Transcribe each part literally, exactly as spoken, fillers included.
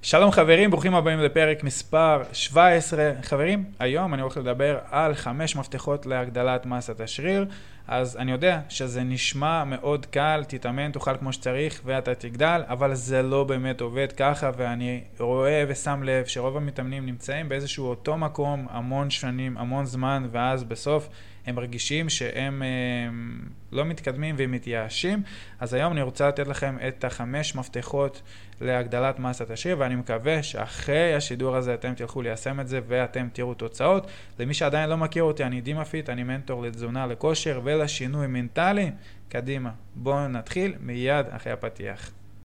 שלום חברים, ברוכים הבאים לפרק מספר שבע עשרה. חברים, היום אני הולך לדבר על חמש מפתחות להגדלת מסת השריר. אז אני יודע שזה נשמע מאוד קל, תתאמן, תאכל כמו שצריך ואתה תגדל, אבל זה לא באמת עובד ככה, ואני רואה ושם לב שרוב המתאמנים נמצאים באיזשהו אותו מקום המון שנים, המון זמן, ואז בסוף הם מרגישים שהם הם, לא מתקדמים והם מתייאשים. אז היום אני רוצה לתת לכם את החמש מפתחות להגדלת מסת השריר, ואני מקווה שאחרי השידור הזה אתם תלכו ליישם את זה ואתם תראו תוצאות. למי שעדיין לא מכיר אותי, אני דימה פיט, אני מנטור לתזונה, לכושר ולשינוי מנטלי. קדימה, בואו נתחיל מיד אחרי הפתיח.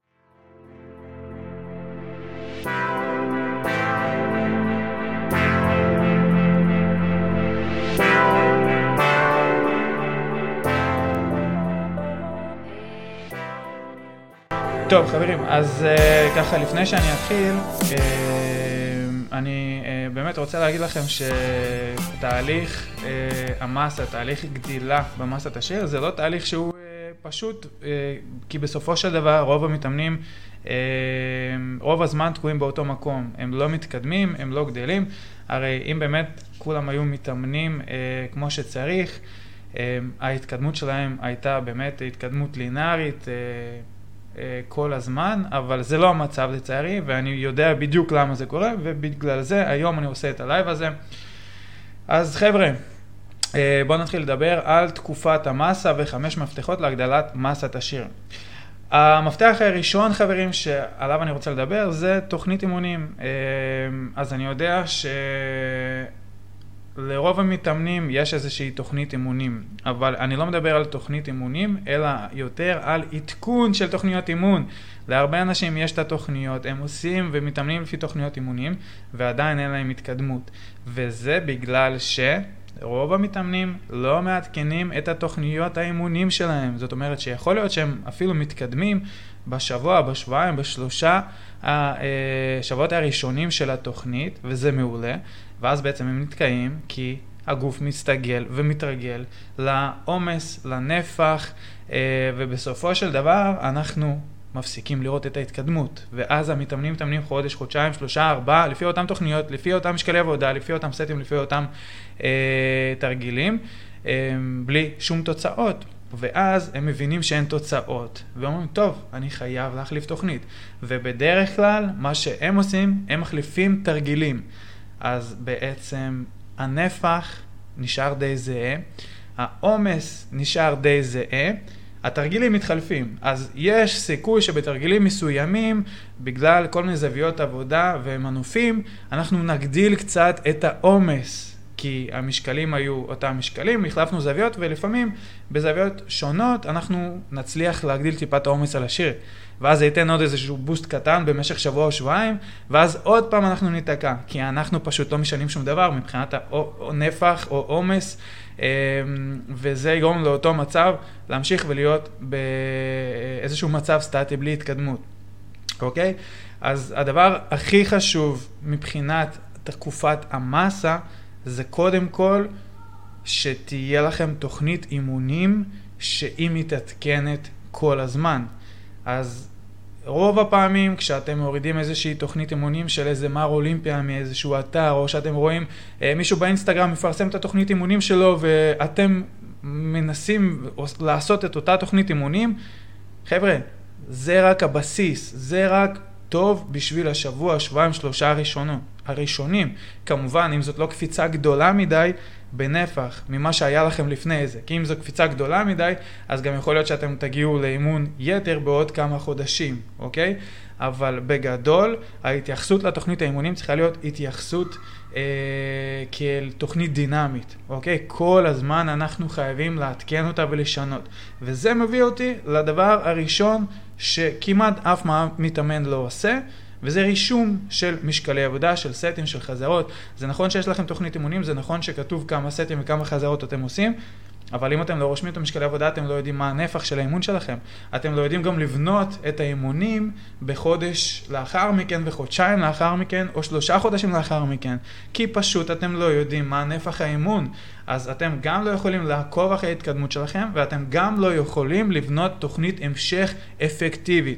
טוב חברים, אז uh, ככה לפני שאני אתחיל, uh, אני uh, באמת רוצה להגיד לכם שתהליך uh, המסה, תהליך גדילה במסת השריר, זה לא תהליך שהוא uh, פשוט, uh, כי בסופו של דבר רוב המתאמנים, uh, רוב הזמן תקועים באותו מקום, הם לא מתקדמים, הם לא גדלים. הרי אם באמת כולם היו מתאמנים uh, כמו שצריך, uh, ההתקדמות שלהם הייתה באמת התקדמות לינארית, uh, כל הזמן, אבל זה לא המצב לצערי, ואני יודע בדיוק למה זה קורה, ובגלל זה היום אני עושה את הלייב הזה. אז חבר'ה, בואו נתחיל לדבר על תקופת המסה וחמש מפתחות להגדלת מסת השריר. המפתח הראשון חברים שעליו אני רוצה לדבר זה תוכנית אימונים. אז אני יודע ש... לרוב המתאמנים יש איזושהי תוכנית אימונים, אבל אני לא מדבר על תוכנית אימונים, אלא יותר על עדכון של תוכניות אימון. להרבה אנשים יש את התוכניות, הם עושים ומתאמנים לפי תוכניות אימונים, ועדיין אין להם התקדמות. וזה בגלל שרוב המתאמנים לא מעדכנים את התוכניות האימונים שלהם. זאת אומרת שיכול להיות שהם אפילו מתקדמים בשבוע, בשבועיים, בשלושה השבועות הראשונים של התוכנית, וזה מעולה. ואז בעצם הם נתקעים כי הגוף מסתגל ומתרגל לעומס, לנפח, ובסופו של דבר אנחנו מפסיקים לראות את ההתקדמות. ואז המתאמנים מתאמנים חודש, חודשיים, שלושה, ארבעה, לפי אותם תוכניות, לפי אותם משקלי עבודה, לפי אותם סטים, לפי אותם אה, תרגילים, אה, בלי שום תוצאות. ואז הם מבינים שאין תוצאות, ואומרים, טוב, אני חייב להחליף תוכנית. ובדרך כלל, מה שהם עושים, הם מחליפים תרגילים. אז בעצם הנפח נשאר די זהה, העומס נשאר די זהה, התרגילים מתחלפים. אז יש סיכוי שבתרגילים מסוימים, בגלל כל מיני זוויות עבודה ומנופים, אנחנו נגדיל קצת את העומס. כי המשקלים היו אותם משקלים, החלפנו זוויות, ולפעמים בזוויות שונות אנחנו נצליח להגדיל טיפה את העומס על השריר. ואז זה ייתן עוד איזשהו בוסט קטן במשך שבוע או שבועיים, ואז עוד פעם אנחנו ניתקע, כי אנחנו פשוט לא משנים שום דבר מבחינת הנפח או עומס, וזה יגרום לאותו מצב להמשיך ולהיות באיזשהו מצב סטטי בלי התקדמות. אוקיי? אז הדבר הכי חשוב מבחינת תקופת המסה, זה קודם כל שתהיה לכם תוכנית אימונים שהיא מתעדכנת כל הזמן. אז רוב הפעמים כשאתם מורידים איזושהי תוכנית אימונים של איזה מר אולימפיה מאיזשהו אתר, או שאתם רואים אה, מישהו באינסטגרם מפרסם את התוכנית אימונים שלו, ואתם מנסים לעשות את אותה תוכנית אימונים, חבר'ה, זה רק הבסיס, זה רק טוב בשביל השבוע, שבועיים, שלושה הראשונות, הראשונים. כמובן, אם זאת לא קפיצה גדולה מדי בנפח ממה שהיה לכם לפני זה. כי אם זו קפיצה גדולה מדי, אז גם יכול להיות שאתם תגיעו לאימון יתר בעוד כמה חודשים, אוקיי? אבל בגדול, ההתייחסות לתוכנית האימונים צריכה להיות התייחסות אה, כאל תוכנית דינמית, אוקיי? כל הזמן אנחנו חייבים להתקן אותה ולשנות. וזה מביא אותי לדבר הראשון שכמעט אף מתאמן לא עושה, וזה רישום של משקלי עבודה, של סטים, של חזרות. זה נכון שיש לכם תוכנית אימונים, זה נכון שכתוב כמה סטים וכמה חזרות אתם עושים, אבל אם אתם לא רושמים את המשקלי עבודה, אתם לא יודעים מה הנפח של האימון שלכם. אתם לא יודעים גם לבנות את האימונים בחודש לאחר מכן, וחודשיים לאחר מכן, או שלושה חודשים לאחר מכן. כי פשוט אתם לא יודעים מה נפח האימון. אז אתם גם לא יכולים לעקוב אחרי ההתקדמות שלכם, ואתם גם לא יכולים לבנות תוכנית המשך אפקטיבית.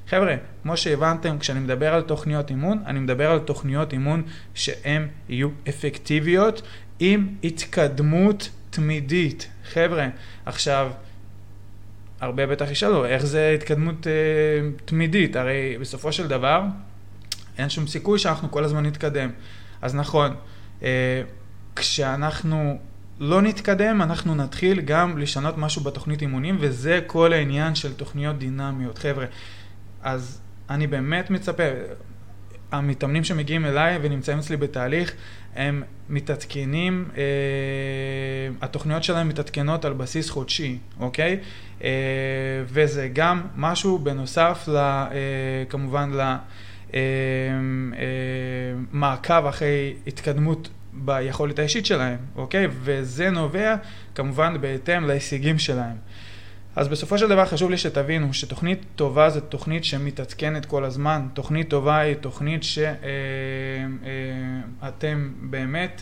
חבר'ה, כמו שהבנתם, כשאני מדבר על תוכניות אימון, אני מדבר על תוכניות אימון שהן יהיו אפקטיביות עם התקדמות תמידית. חבר'ה, עכשיו, הרבה בטח ישאלו, איך זה התקדמות אה, תמידית? הרי בסופו של דבר, אין שום סיכוי שאנחנו כל הזמן נתקדם. אז נכון, אה, כשאנחנו לא נתקדם, אנחנו נתחיל גם לשנות משהו בתוכנית אימונים, וזה כל העניין של תוכניות דינמיות. חבר'ה, אז אני באמת מצפה, המתאמנים שמגיעים אליי ונמצאים אצלי בתהליך, הם מתעדכנים, אה, התוכניות שלהם מתעדכנות על בסיס חודשי, אוקיי? אה, וזה גם משהו בנוסף, ל, אה, כמובן, למעקב אחרי התקדמות ביכולת האישית שלהם, אוקיי? וזה נובע כמובן בהתאם להישגים שלהם. אז בסופו של דבר חשוב לי שתבינו שתוכנית טובה זו תוכנית שמתעדכנת כל הזמן. תוכנית טובה היא תוכנית שאתם באמת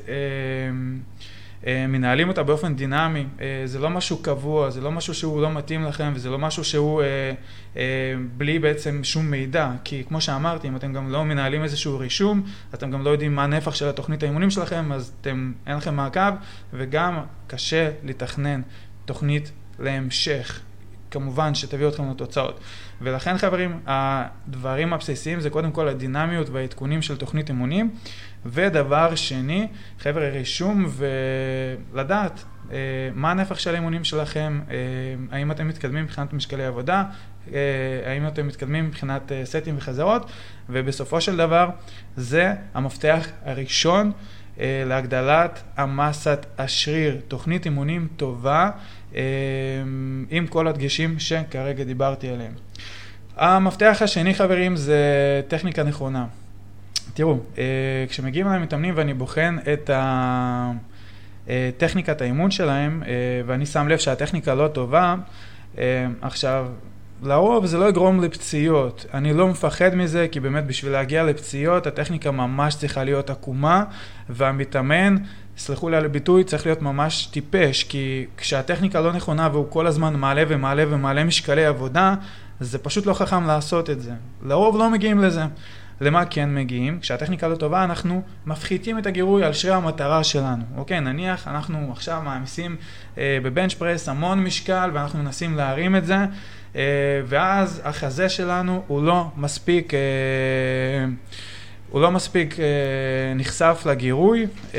מנהלים אותה באופן דינמי. זה לא משהו קבוע, זה לא משהו שהוא לא מתאים לכם, וזה לא משהו שהוא בלי בעצם שום מידע. כי כמו שאמרתי, אם אתם גם לא מנהלים איזשהו רישום, אתם גם לא יודעים מה הנפח של התוכנית האימונים שלכם, אז אתם, אין לכם מעקב, וגם קשה לתכנן תוכנית להמשך, כמובן שתביא אתכם לתוצאות. ולכן חברים, הדברים הבסיסיים זה קודם כל הדינמיות והעדכונים של תוכנית אימונים, ודבר שני, חבר'ה, רישום ולדעת אה, מה הנפח של האימונים שלכם, אה, האם אתם מתקדמים מבחינת משקלי עבודה, אה, האם אתם מתקדמים מבחינת אה, סטים וחזרות, ובסופו של דבר זה המפתח הראשון אה, להגדלת המסת השריר. תוכנית אימונים טובה, עם כל הדגשים שכרגע דיברתי עליהם. המפתח השני חברים זה טכניקה נכונה. תראו, כשמגיעים אליי מתאמנים ואני בוחן את טכניקת האימון שלהם, ואני שם לב שהטכניקה לא טובה, עכשיו, לרוב זה לא יגרום לפציעות. אני לא מפחד מזה, כי באמת בשביל להגיע לפציעות, הטכניקה ממש צריכה להיות עקומה, והמתאמן, סלחו לי על הביטוי, צריך להיות ממש טיפש, כי כשהטכניקה לא נכונה והוא כל הזמן מעלה ומעלה ומעלה משקלי עבודה, זה פשוט לא חכם לעשות את זה. לרוב לא מגיעים לזה. למה כן מגיעים? כשהטכניקה לא טובה, אנחנו מפחיתים את הגירוי על שריר המטרה שלנו. אוקיי, נניח, אנחנו עכשיו מעמיסים אה, בבנץ' פרס המון משקל, ואנחנו מנסים להרים את זה, אה, ואז החזה שלנו הוא לא מספיק... אה, הוא לא מספיק אה, נחשף לגירוי, אה,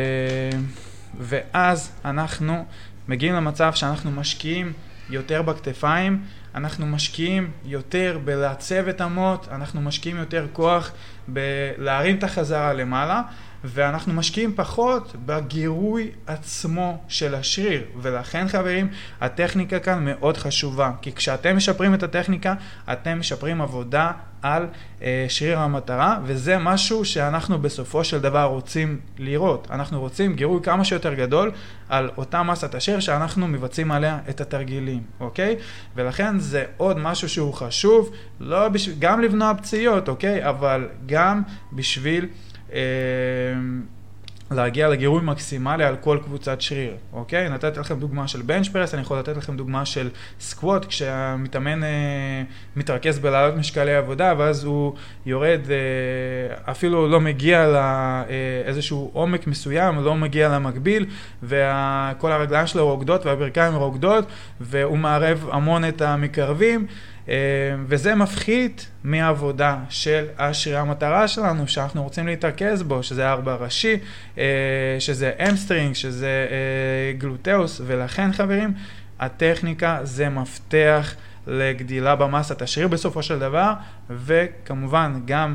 ואז אנחנו מגיעים למצב שאנחנו משקיעים יותר בכתפיים, אנחנו משקיעים יותר בלעצב את המוט, אנחנו משקיעים יותר כוח בלהרים את החזרה למעלה, ואנחנו משקיעים פחות בגירוי עצמו של השריר. ולכן חברים, הטכניקה כאן מאוד חשובה, כי כשאתם משפרים את הטכניקה, אתם משפרים עבודה על אה, שריר המטרה, וזה משהו שאנחנו בסופו של דבר רוצים לראות. אנחנו רוצים גירוי כמה שיותר גדול על אותה מסת השריר שאנחנו מבצעים עליה את התרגילים, אוקיי? ולכן זה עוד משהו שהוא חשוב, לא בשביל, גם לבנוע פציעות, אוקיי? אבל גם בשביל אה, להגיע לגירוי מקסימלי על כל קבוצת שריר, אוקיי? נתתי לכם דוגמה של בנץ' פרס, אני יכול לתת לכם דוגמה של סקווט, כשהמתאמן אה, מתרכז בלעלות משקלי עבודה, ואז הוא יורד, אה, אפילו לא מגיע לאיזשהו עומק מסוים, לא מגיע למקביל, וכל הרגליים שלו רוקדות והברכיים רוקדות, והוא מערב המון את המקרבים, וזה מפחית מהעבודה של השריר המטרה שלנו, שאנחנו רוצים להתרכז בו, שזה ארבע ראשי, שזה אמסטרינג, שזה גלוטאוס, ולכן חברים, הטכניקה זה מפתח לגדילה במסת השריר בסופו של דבר, וכמובן גם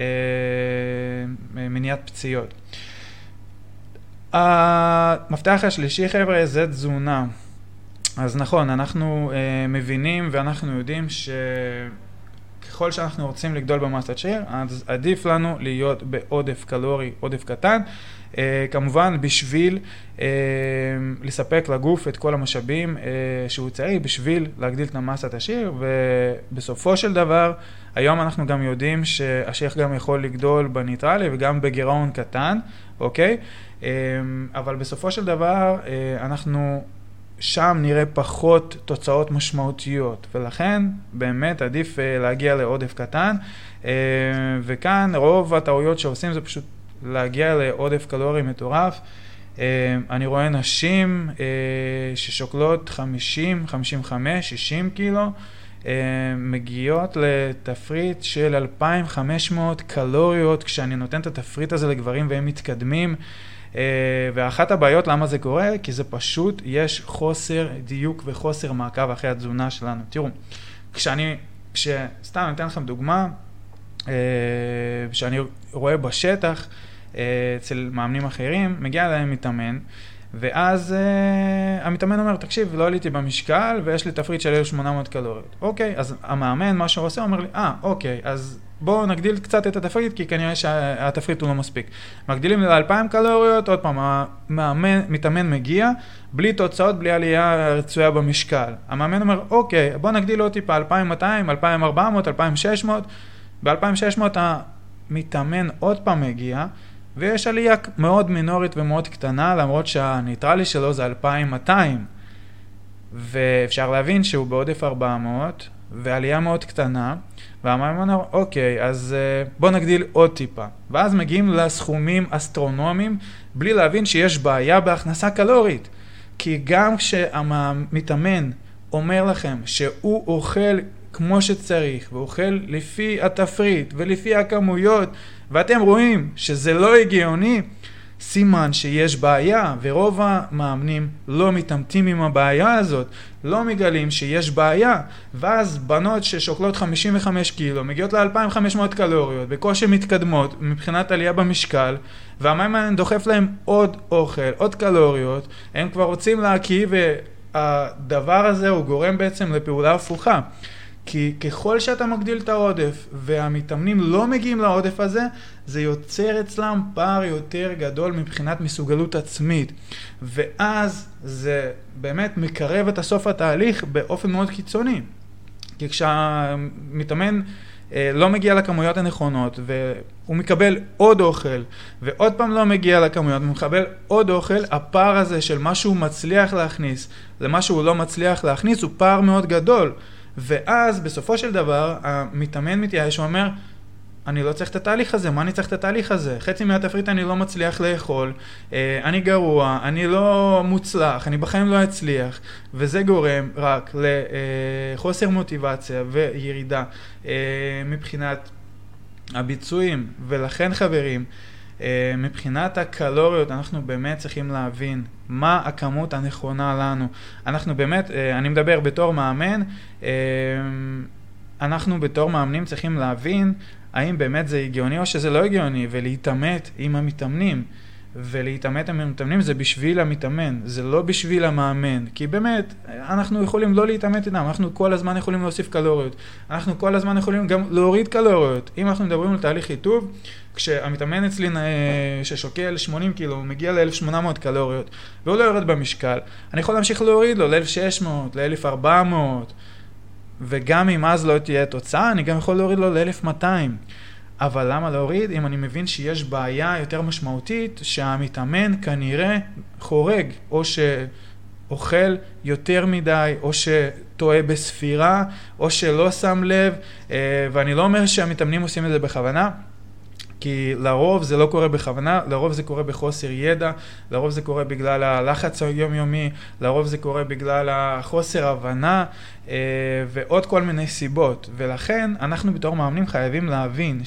מניעת פציעות. המפתח השלישי חבר'ה זה תזונה. אז נכון, אנחנו אה, מבינים ואנחנו יודעים שככל שאנחנו רוצים לגדול במסת שריר, אז עדיף לנו להיות בעודף קלורי, עודף קטן, אה, כמובן בשביל אה, לספק לגוף את כל המשאבים אה, שהוא צריך, בשביל להגדיל את מסת השריר, ובסופו של דבר, היום אנחנו גם יודעים שהשריר גם יכול לגדול בניטרלי וגם בגירעון קטן, אוקיי? אה, אבל בסופו של דבר, אה, אנחנו... שם נראה פחות תוצאות משמעותיות, ולכן באמת עדיף להגיע לעודף קטן, וכאן רוב הטעויות שעושים זה פשוט להגיע לעודף קלורי מטורף. אני רואה נשים ששוקלות חמישים, חמישים וחמש, שישים קילו, מגיעות לתפריט של אלפיים וחמש מאות קלוריות, כשאני נותן את התפריט הזה לגברים והם מתקדמים. ואחת הבעיות למה זה קורה, כי זה פשוט, יש חוסר דיוק וחוסר מעקב אחרי התזונה שלנו. תראו, כשאני, כשסתם אני אתן לכם דוגמה, שאני רואה בשטח, אצל מאמנים אחרים, מגיע להם מתאמן, ואז uh, המתאמן אומר, תקשיב, לא עליתי במשקל, ויש לי תפריט של אלף ושמונה מאות קלוריות. אוקיי, אז המאמן, מה שהוא עושה, אומר לי, אה, ah, אוקיי, אז בואו נגדיל קצת את התפריט, כי כנראה שהתפריט הוא לא מספיק. מגדילים ל-אלפיים קלוריות, עוד פעם, המאמן, מתאמן מגיע, בלי תוצאות, בלי עלייה רצויה במשקל. המאמן אומר, אוקיי, בואו נגדיל עוד טיפה, אלפיים ומאתיים, אלפיים וארבע מאות, אלפיים ושש מאות, ב-אלפיים ושש מאות המתאמן עוד פעם מגיע, ויש עלייה מאוד מינורית ומאוד קטנה, למרות שהניטרלי שלו זה אלפיים ומאתיים. ואפשר להבין שהוא בעודף ארבע מאות, ועלייה מאוד קטנה, והמאמן אומר, אוקיי, אז בוא נגדיל עוד טיפה. ואז מגיעים לסכומים אסטרונומיים, בלי להבין שיש בעיה בהכנסה קלורית. כי גם כשהמתאמן אומר לכם שהוא אוכל כמו שצריך, ואוכל לפי התפריט ולפי הכמויות, ואתם רואים שזה לא הגיוני, סימן שיש בעיה, ורוב המאמנים לא מתאמתים עם הבעיה הזאת, לא מגלים שיש בעיה, ואז בנות ששוקלות חמישים וחמש קילו, מגיעות ל-אלפיים וחמש מאות קלוריות, בקושי מתקדמות מבחינת עלייה במשקל, והמאמן דוחף להם עוד אוכל, עוד קלוריות, הם כבר רוצים להקיא, והדבר הזה הוא גורם בעצם לפעולה הפוכה. כי ככל שאתה מגדיל את העודף והמתאמנים לא מגיעים לעודף הזה, זה יוצר אצלם פער יותר גדול מבחינת מסוגלות עצמית. ואז זה באמת מקרב את הסוף התהליך באופן מאוד קיצוני. כי כשהמתאמן לא מגיע לכמויות הנכונות והוא מקבל עוד אוכל ועוד פעם לא מגיע לכמויות ומקבל עוד אוכל, הפער הזה של מה שהוא מצליח להכניס למה שהוא לא מצליח להכניס הוא פער מאוד גדול. ואז בסופו של דבר המתאמן מתייאש ואומר, אני לא צריך את התהליך הזה, מה אני צריך את התהליך הזה? חצי מהתפריט אני לא מצליח לאכול, אני גרוע, אני לא מוצלח, אני בחיים לא אצליח, וזה גורם רק לחוסר מוטיבציה וירידה מבחינת הביצועים. ולכן חברים, מבחינת הקלוריות אנחנו באמת צריכים להבין מה הכמות הנכונה לנו. אנחנו באמת, אני מדבר בתור מאמן, אנחנו בתור מאמנים צריכים להבין האם באמת זה הגיוני או שזה לא הגיוני, ולהתאמת עם המתאמנים. ולהתאמת עם המתאמנים זה בשביל המתאמן, זה לא בשביל המאמן. כי באמת, אנחנו יכולים לא להתאמת איתם, אנחנו כל הזמן יכולים להוסיף קלוריות. אנחנו כל הזמן יכולים גם להוריד קלוריות. אם אנחנו מדברים על תהליך חיטוב, כשהמתאמן אצלי ששוקל שמונים קילו, הוא מגיע ל-אלף ושמונה מאות קלוריות, והוא לא יורד במשקל, אני יכול להמשיך להוריד לו ל-אלף ושש מאות, ל-אלף וארבע מאות, וגם אם אז לא תהיה תוצאה, אני גם יכול להוריד לו ל-אלף ומאתיים. אבל למה להוריד? אם אני מבין שיש בעיה יותר משמעותית, שהמתאמן כנראה חורג, או שאוכל יותר מדי, או שטועה בספירה, או שלא שם לב, ואני לא אומר שהמתאמנים עושים את זה בכוונה, כי לרוב זה לא קורה בכוונה, לרוב זה קורה בחוסר ידע, לרוב זה קורה בגלל הלחץ היומיומי, לרוב זה קורה בגלל החוסר הבנה, ועוד כל מיני סיבות. ולכן אנחנו בתור מאמנים חייבים להבין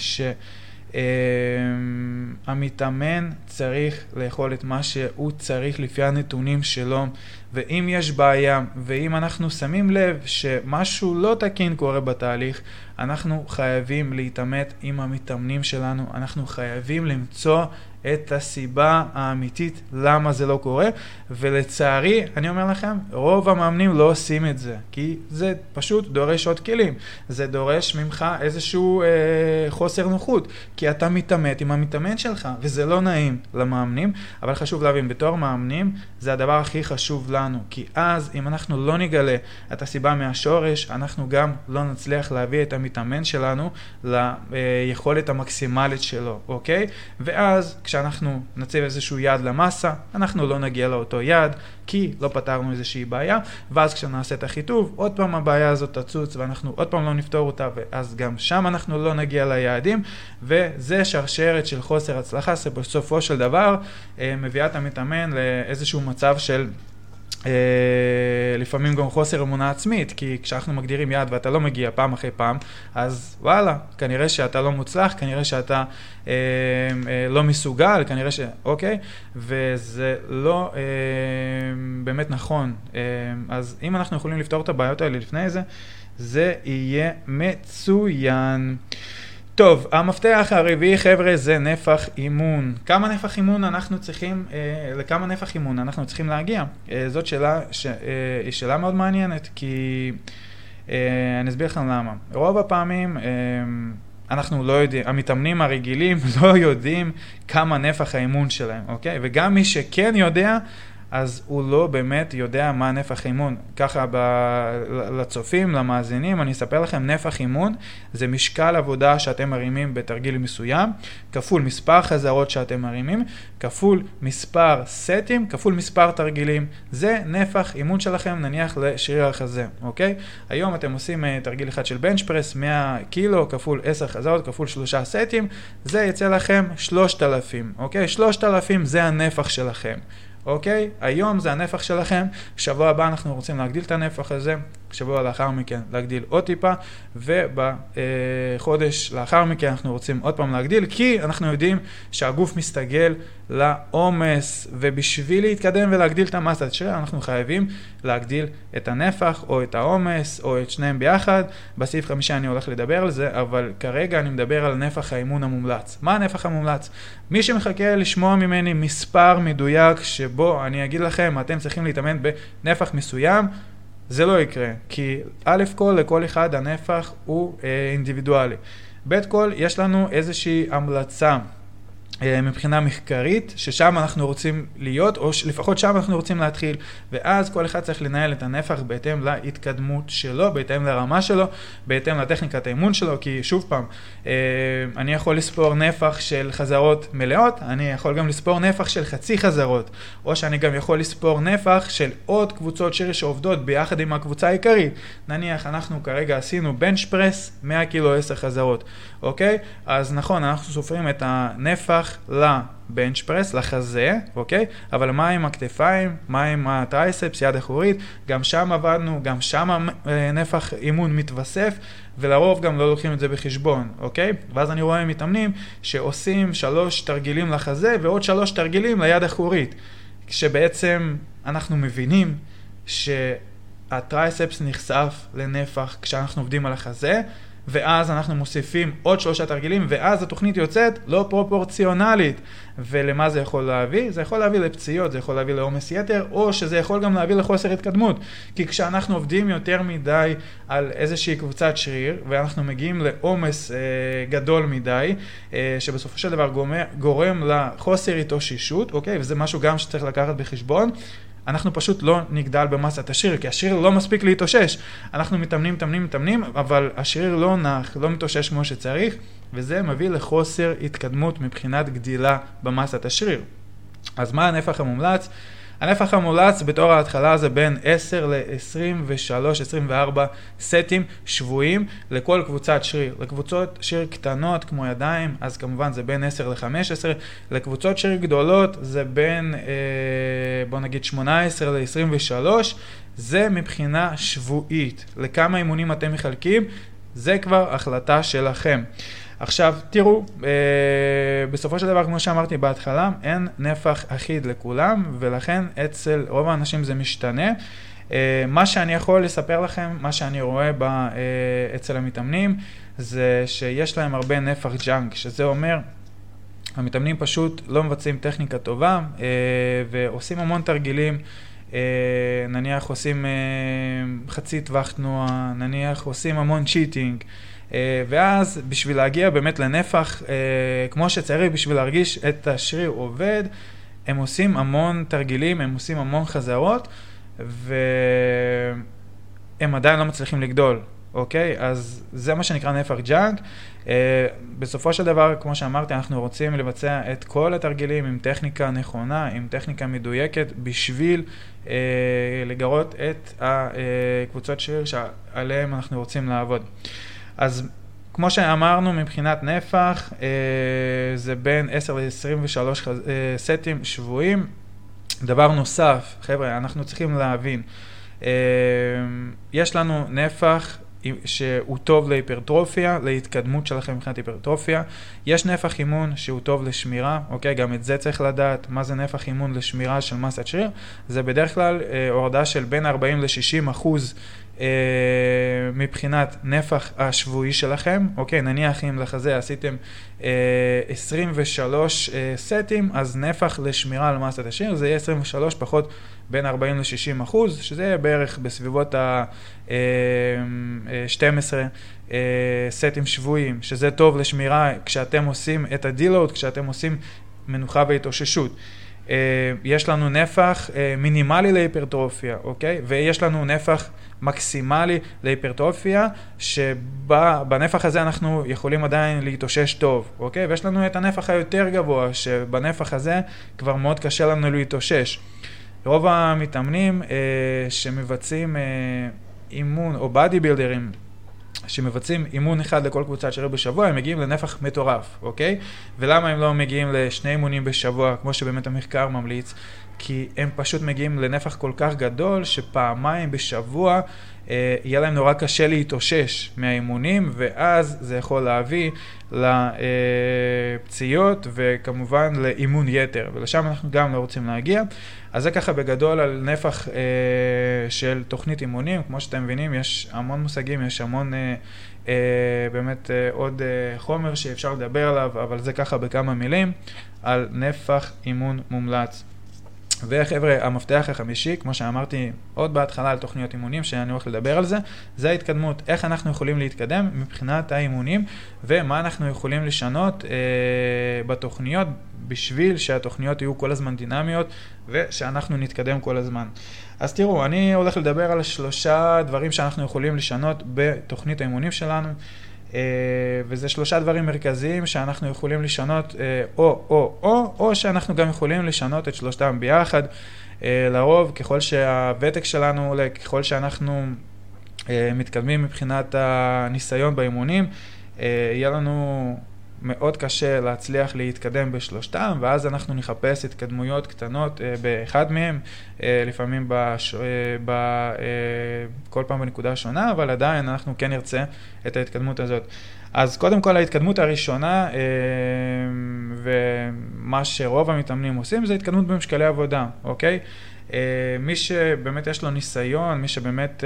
שהמתאמן צריך לאכול את מה שהוא צריך לפי הנתונים שלו, ואם יש בעיה, ואם אנחנו שמים לב שמשהו לא תקין קורה בתהליך, אנחנו חייבים להתאמת עם המתאמנים שלנו, אנחנו חייבים למצוא את הסיבה האמיתית למה זה לא קורה, ולצערי, אני אומר לכם, רוב המאמנים לא עושים את זה, כי זה פשוט דורש עוד כלים, זה דורש ממך איזשהו אה, חוסר נוחות, כי אתה מתאמת עם המתאמן שלך, וזה לא נעים למאמנים, אבל חשוב להבין, בתור מאמנים, זה הדבר הכי חשוב לנו, כי אז אם אנחנו לא נגלה את הסיבה מהשורש, אנחנו גם לא נצליח להביא את המתאמן, המתאמן שלנו ליכולת המקסימלית שלו, אוקיי? ואז כשאנחנו נציב איזשהו יעד למסה, אנחנו לא נגיע לאותו יעד, כי לא פתרנו איזושהי בעיה, ואז כשנעשה את החיתוב, עוד פעם הבעיה הזאת תצוץ, ואנחנו עוד פעם לא נפתור אותה, ואז גם שם אנחנו לא נגיע ליעדים, וזה שרשרת של חוסר הצלחה, שבסופו של דבר מביאה את המתאמן לאיזשהו מצב של לפעמים גם חוסר אמונה עצמית, כי כשאנחנו מגדירים יעד ואתה לא מגיע פעם אחרי פעם, אז וואלה, כנראה שאתה לא מוצלח, כנראה שאתה אה, אה, לא מסוגל, כנראה ש... אוקיי? וזה לא אה, באמת נכון. אה, אז אם אנחנו יכולים לפתור את הבעיות האלה לפני זה, זה יהיה מצוין. טוב, המפתח הרביעי, חבר'ה, זה נפח אימון. כמה נפח אימון אנחנו צריכים, אה, לכמה נפח אימון אנחנו צריכים להגיע? אה, זאת שאלה, ש, אה, היא שאלה מאוד מעניינת, כי אה, אני אסביר לכם למה. רוב הפעמים אה, אנחנו לא יודעים, המתאמנים הרגילים לא יודעים כמה נפח האימון שלהם, אוקיי? וגם מי שכן יודע, אז הוא לא באמת יודע מה נפח אימון. ככה ב- לצופים, למאזינים, אני אספר לכם, נפח אימון זה משקל עבודה שאתם מרימים בתרגיל מסוים, כפול מספר חזרות שאתם מרימים, כפול מספר סטים, כפול מספר תרגילים. זה נפח אימון שלכם, נניח לשריר החזה, אוקיי? היום אתם עושים תרגיל אחד של בנץ' פרס, מאה קילו, כפול עשר חזרות, כפול שלושה סטים, זה יצא לכם שלושת אלפים, אוקיי? שלושת אלפים זה הנפח שלכם. אוקיי? היום זה הנפח שלכם, שבוע הבא אנחנו רוצים להגדיל את הנפח הזה, שבוע לאחר מכן להגדיל עוד טיפה, ובחודש לאחר מכן אנחנו רוצים עוד פעם להגדיל, כי אנחנו יודעים שהגוף מסתגל לעומס, ובשביל להתקדם ולהגדיל את המסת שריר, אנחנו חייבים להגדיל את הנפח, או את העומס, או את שניהם ביחד. בסעיף חמישה אני הולך לדבר על זה, אבל כרגע אני מדבר על נפח האימון המומלץ. מה הנפח המומלץ? מי שמחכה לשמוע ממני מספר מדויק, שבו אני אגיד לכם, אתם צריכים להתאמן בנפח מסוים, זה לא יקרה, כי א' כל לכל אחד הנפח הוא אה, אינדיבידואלי. ב' כל יש לנו איזושהי המלצה אה, מבחינה מחקרית, ששם אנחנו רוצים להיות, או לפחות שם אנחנו רוצים להתחיל, ואז כל אחד צריך לנהל את הנפח בהתאם להתקדמות שלו, בהתאם לרמה שלו, בהתאם לטכניקת האימון שלו, כי שוב פעם, אה, אני יכול לספור נפח של חזרות מלאות, אני יכול גם לספור נפח של חצי חזרות, או שאני גם יכול לספור נפח של עוד קבוצות שריר שעובדות ביחד עם הקבוצה העיקרית. נניח אנחנו כרגע עשינו בנץ' פרס, מאה קילו עשר חזרות, אוקיי? אז נכון, אנחנו סופרים את הנפח לבנץ' פרס, לחזה, אוקיי? אבל מה עם הכתפיים? מה עם הטרייספס, יד אחורית? גם שם עבדנו, גם שם נפח אימון מתווסף, ולרוב גם לא לוקחים את זה בחשבון, אוקיי? ואז אני רואה מתאמנים שעושים שלוש תרגילים לחזה ועוד שלוש תרגילים ליד אחורית, כשבעצם אנחנו מבינים שהטרייספס נחשף לנפח כשאנחנו עובדים על החזה, ואז אנחנו מוסיפים עוד שלושה תרגילים, ואז התוכנית יוצאת לא פרופורציונלית. ולמה זה יכול להביא? זה יכול להביא לפציעות, זה יכול להביא לעומס יתר, או שזה יכול גם להביא לחוסר התקדמות. כי כשאנחנו עובדים יותר מדי על איזושהי קבוצת שריר, ואנחנו מגיעים לעומס אה, גדול מדי, אה, שבסופו של דבר גורם, גורם לחוסר התאוששות, אוקיי? וזה משהו גם שצריך לקחת בחשבון. אנחנו פשוט לא נגדל במסת השריר, כי השריר לא מספיק להתאושש. אנחנו מתאמנים, מתאמנים, מתאמנים, אבל השריר לא נח, לא מתאושש כמו שצריך, וזה מביא לחוסר התקדמות מבחינת גדילה במסת השריר. אז מה הנפח המומלץ? הנפח המומלץ בתור ההתחלה זה בין עשר ל-עשרים ושלוש עשרים וארבע סטים שבועים לכל קבוצת שריר. לקבוצות שריר קטנות כמו ידיים, אז כמובן זה בין עשר ל-חמש עשרה. לקבוצות שריר גדולות זה בין, אה, בוא נגיד, שמונה עשרה ל-עשרים ושלוש. זה מבחינה שבועית. לכמה אימונים אתם מחלקים? זה כבר החלטה שלכם. עכשיו, תראו, אה, בסופו של דבר, כמו שאמרתי בהתחלה, אין נפח אחיד לכולם, ולכן אצל רוב האנשים זה משתנה. אה, מה שאני יכול לספר לכם, מה שאני רואה ב, אה, אצל המתאמנים, זה שיש להם הרבה נפח ג'אנק, שזה אומר, המתאמנים פשוט לא מבצעים טכניקה טובה, אה, ועושים המון תרגילים, אה, נניח עושים אה, חצי טווח תנועה, נניח עושים המון צ'יטינג, ואז בשביל להגיע באמת לנפח כמו שצריך, בשביל להרגיש את השריר עובד, הם עושים המון תרגילים, הם עושים המון חזרות, והם עדיין לא מצליחים לגדול, אוקיי? אז זה מה שנקרא נפח ג'אנק. Uh, בסופו של דבר, כמו שאמרתי, אנחנו רוצים לבצע את כל התרגילים עם טכניקה נכונה, עם טכניקה מדויקת, בשביל uh, לגרות את הקבוצות שריר שעליהם אנחנו רוצים לעבוד. אז כמו שאמרנו, מבחינת נפח, uh, זה בין עשר ל-עשרים ושלוש uh, סטים שבועים. דבר נוסף, חבר'ה, אנחנו צריכים להבין, uh, יש לנו נפח שהוא טוב להיפרטרופיה, להתקדמות שלכם מבחינת היפרטרופיה. יש נפח אימון שהוא טוב לשמירה, אוקיי? גם את זה צריך לדעת, מה זה נפח אימון לשמירה של מסת שריר. זה בדרך כלל אה, הורדה של בין ארבעים ל-שישים אחוז אה, מבחינת נפח השבועי שלכם, אוקיי? נניח אם לחזה עשיתם אה, עשרים ושלוש אה, סטים, אז נפח לשמירה על מסת השריר זה יהיה עשרים ושלוש פחות בין ארבעים ל-שישים אחוז, שזה יהיה בערך בסביבות ה-שתים עשרה סטים שבועיים, שזה טוב לשמירה כשאתם עושים את הדילוד, כשאתם עושים מנוחה והתאוששות. יש לנו נפח מינימלי להיפרטרופיה, אוקיי? ויש לנו נפח מקסימלי להיפרטרופיה, שבנפח הזה אנחנו יכולים עדיין להתאושש טוב, אוקיי? ויש לנו את הנפח היותר גבוה, שבנפח הזה כבר מאוד קשה לנו להתאושש. רוב המתאמנים אה, שמבצעים אה, אימון, או בדי בילדרים, שמבצעים אימון אחד לכל קבוצת שריר בשבוע, הם מגיעים לנפח מטורף, אוקיי? ולמה הם לא מגיעים לשני אימונים בשבוע, כמו שבאמת המחקר ממליץ? כי הם פשוט מגיעים לנפח כל כך גדול, שפעמיים בשבוע אה, יהיה להם נורא קשה להתאושש מהאימונים, ואז זה יכול להביא לפציעות, וכמובן לאימון יתר, ולשם אנחנו גם לא רוצים להגיע. אז זה ככה בגדול על נפח אה, של תוכנית אימונים. כמו שאתם מבינים, יש המון מושגים, יש המון אה, אה, באמת אה, עוד אה, חומר שאפשר לדבר עליו, אבל זה ככה בכמה מילים על נפח אימון מומלץ. וחבר'ה, המפתח החמישי, כמו שאמרתי עוד בהתחלה על תוכניות אימונים, שאני הולך לדבר על זה, זה ההתקדמות, איך אנחנו יכולים להתקדם מבחינת האימונים, ומה אנחנו יכולים לשנות אה, בתוכניות, בשביל שהתוכניות יהיו כל הזמן דינמיות, ושאנחנו נתקדם כל הזמן. אז תראו, אני הולך לדבר על שלושה דברים שאנחנו יכולים לשנות בתוכנית האימונים שלנו, וזה שלושה דברים מרכזיים שאנחנו יכולים לשנות או, או, או, או שאנחנו גם יכולים לשנות את שלושתם ביחד. לרוב, ככל שהוותק שלנו עולה, ככל שאנחנו מתקדמים מבחינת הניסיון באימונים, יהיה לנו מאוד קשה להצליח להתקדם בשלושתם, ואז אנחנו נחפש התקדמויות קטנות באחד מהם, לפעמים בש... ב... כל פעם בנקודה שונה, אבל עדיין אנחנו כן נרצה את ההתקדמות הזאת. אז קודם כל ההתקדמות הראשונה, ומה שרוב המתאמנים עושים, זה התקדמות במשקלי עבודה, אוקיי? מי שבאמת יש לו ניסיון, מי שבאמת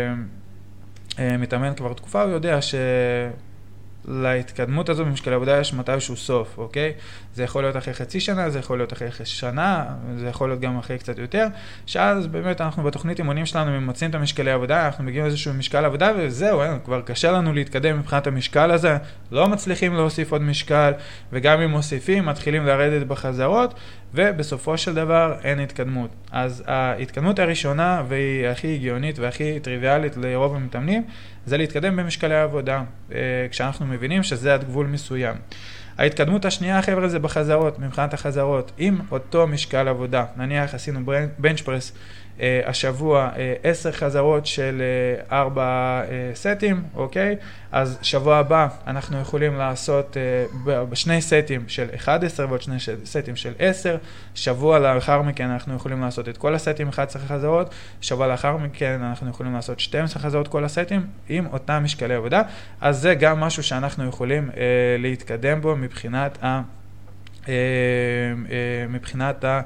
מתאמן כבר תקופה, הוא יודע ש... להתקדמות הזו במשקל עבודה יש מתישהו סוף, אוקיי? זה יכול להיות אחרי חצי שנה, זה יכול להיות אחרי שנה, זה יכול להיות גם אחרי קצת יותר, שאז באמת אנחנו בתוכנית אימונים שלנו ממצאים את המשקלי עבודה, אנחנו מגיעים לאיזשהו משקל עבודה וזהו, אין, כבר קשה לנו להתקדם מבחינת המשקל הזה, לא מצליחים להוסיף עוד משקל, וגם אם מוסיפים, מתחילים לרדת בחזרות, ובסופו של דבר אין התקדמות. אז ההתקדמות הראשונה, והיא הכי הגיונית והכי טריוויאלית לרוב המתאמנים, זה להתקדם במשקלי העבודה, כשאנחנו מבינים שזה עד גבול מסוים. ההתקדמות השנייה, חבר'ה, זה בחזרות, מבחינת החזרות. אם אותו משקל עבודה, נניח עשינו בנץ' פרס השבוע עשר חזרות של ארבע סטים, אוקיי? אז שבוע הבא אנחנו יכולים לעשות בשני סטים של אחד עשר ועוד שני סטים של עשר. שבוע לאחר מכן אנחנו יכולים לעשות את כל הסטים אחת עשרה חזרות. שבוע לאחר מכן אנחנו יכולים לעשות שתים עשרה חזרות כל הסטים עם אותם משקלי עבודה. אז זה גם משהו שאנחנו יכולים להתקדם בו מבחינת ה... מבחינת ה...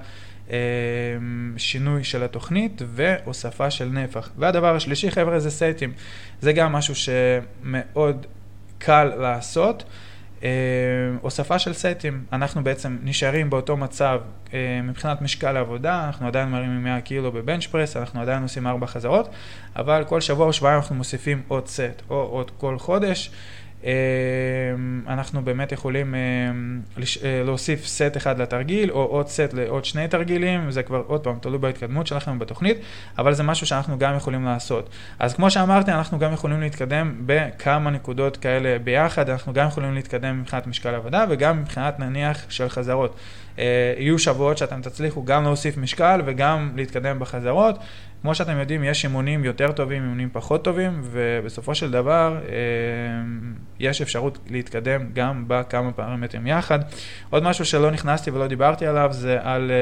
שינוי של התוכנית והוספה של נפח. והדבר השלישי, חבר'ה, זה סטים. זה גם משהו שמאוד קל לעשות. הוספה של סטים, אנחנו בעצם נשארים באותו מצב מבחינת משקל העבודה, אנחנו עדיין מרימים מאה קילו בבנץ' פרס, אנחנו עדיין עושים ארבע חזרות, אבל כל שבוע או שבועיים אנחנו מוסיפים עוד סט, או עוד כל חודש, אנחנו באמת יכולים להוסיף סט אחד לתרגיל, או עוד סט לעוד שני תרגילים, זה כבר עוד פעם תלוי בהתקדמות שלכם בתוכנית, אבל זה משהו שאנחנו גם יכולים לעשות. אז כמו שאמרתי, אנחנו גם יכולים להתקדם בכמה נקודות כאלה ביחד, אנחנו גם יכולים להתקדם מבחינת משקל עבודה, וגם מבחינת נניח של חזרות. יהיו שבועות שאתם תצליחו גם להוסיף משקל, וגם להתקדם בחזרות. כמו שאתם יודעים, יש אימונים יותר טובים, אימונים פחות טובים, ובסופו של דבר יש אפשרות להתקדם גם בכמה פרמטרים יחד. עוד משהו שלא נכנסתי ולא דיברתי עליו, זה על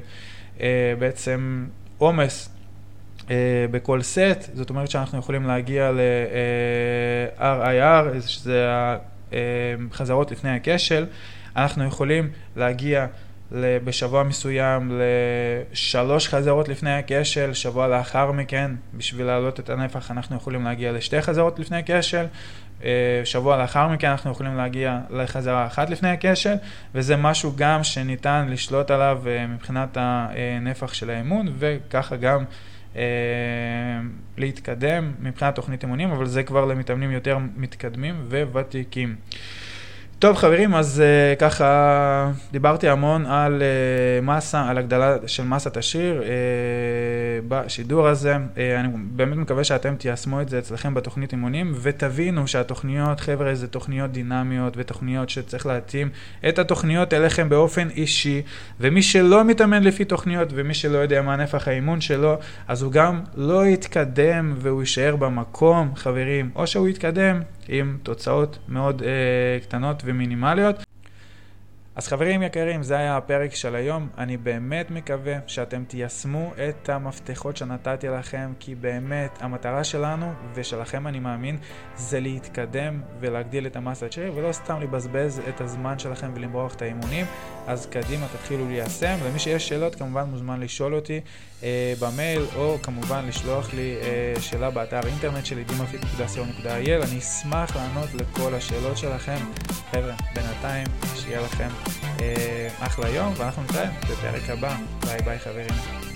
בעצם עומס בכל סט. זאת אומרת שאנחנו יכולים להגיע ל-אר איי אר, שזה החזרות לפני הכשל. אנחנו יכולים להגיע בשבוע מסוים לשלוש חזרות לפני הכשל, שבוע לאחר מכן, בשביל להעלות את הנפח, אנחנו יכולים להגיע לשתי חזרות לפני הכשל, שבוע לאחר מכן אנחנו יכולים להגיע לחזרה אחת לפני הכשל, וזה משהו גם שניתן לשלוט עליו מבחינת הנפח של האימון, וככה גם להתקדם מבחינת תוכנית אימונים, אבל זה כבר למתאמנים יותר מתקדמים וותיקים. טוב חברים, אז uh, ככה דיברתי המון על uh, מסה, על הגדלה של מסת השריר uh, בשידור הזה. Uh, אני באמת מקווה שאתם תיישמו את זה אצלכם בתוכנית אימונים, ותבינו שהתוכניות, חבר'ה, זה תוכניות דינמיות ותוכניות שצריך להתאים את התוכניות אליכם באופן אישי, ומי שלא מתאמן לפי תוכניות ומי שלא יודע מה נפח האימון שלו, אז הוא גם לא יתקדם והוא יישאר במקום, חברים, או שהוא יתקדם עם תוצאות מאוד uh, קטנות ומינימליות. אז חברים יקרים, זה היה הפרק של היום. אני באמת מקווה שאתם תיישמו את המפתחות שנתתי לכם, כי באמת המטרה שלנו ושלכם אני מאמין זה להתקדם ולהגדיל את המסת שריר, ולא סתם לבזבז את הזמן שלכם ולמרוח את האימונים. אז קדימה, תתחילו ליישם. ומי שיש שאלות כמובן מוזמן לשאול אותי אה, במייל, או כמובן לשלוח לי אה, שאלה באתר אינטרנט שלי דימה פיט נקודה סי או נקודה איי אל. אני אשמח לענות לכל השאלות שלכם. חבר'ה, בינתיים שיהיה לכם אה, אחלה יום, ואנחנו נתראה בפרק הבא. ביי ביי חברים.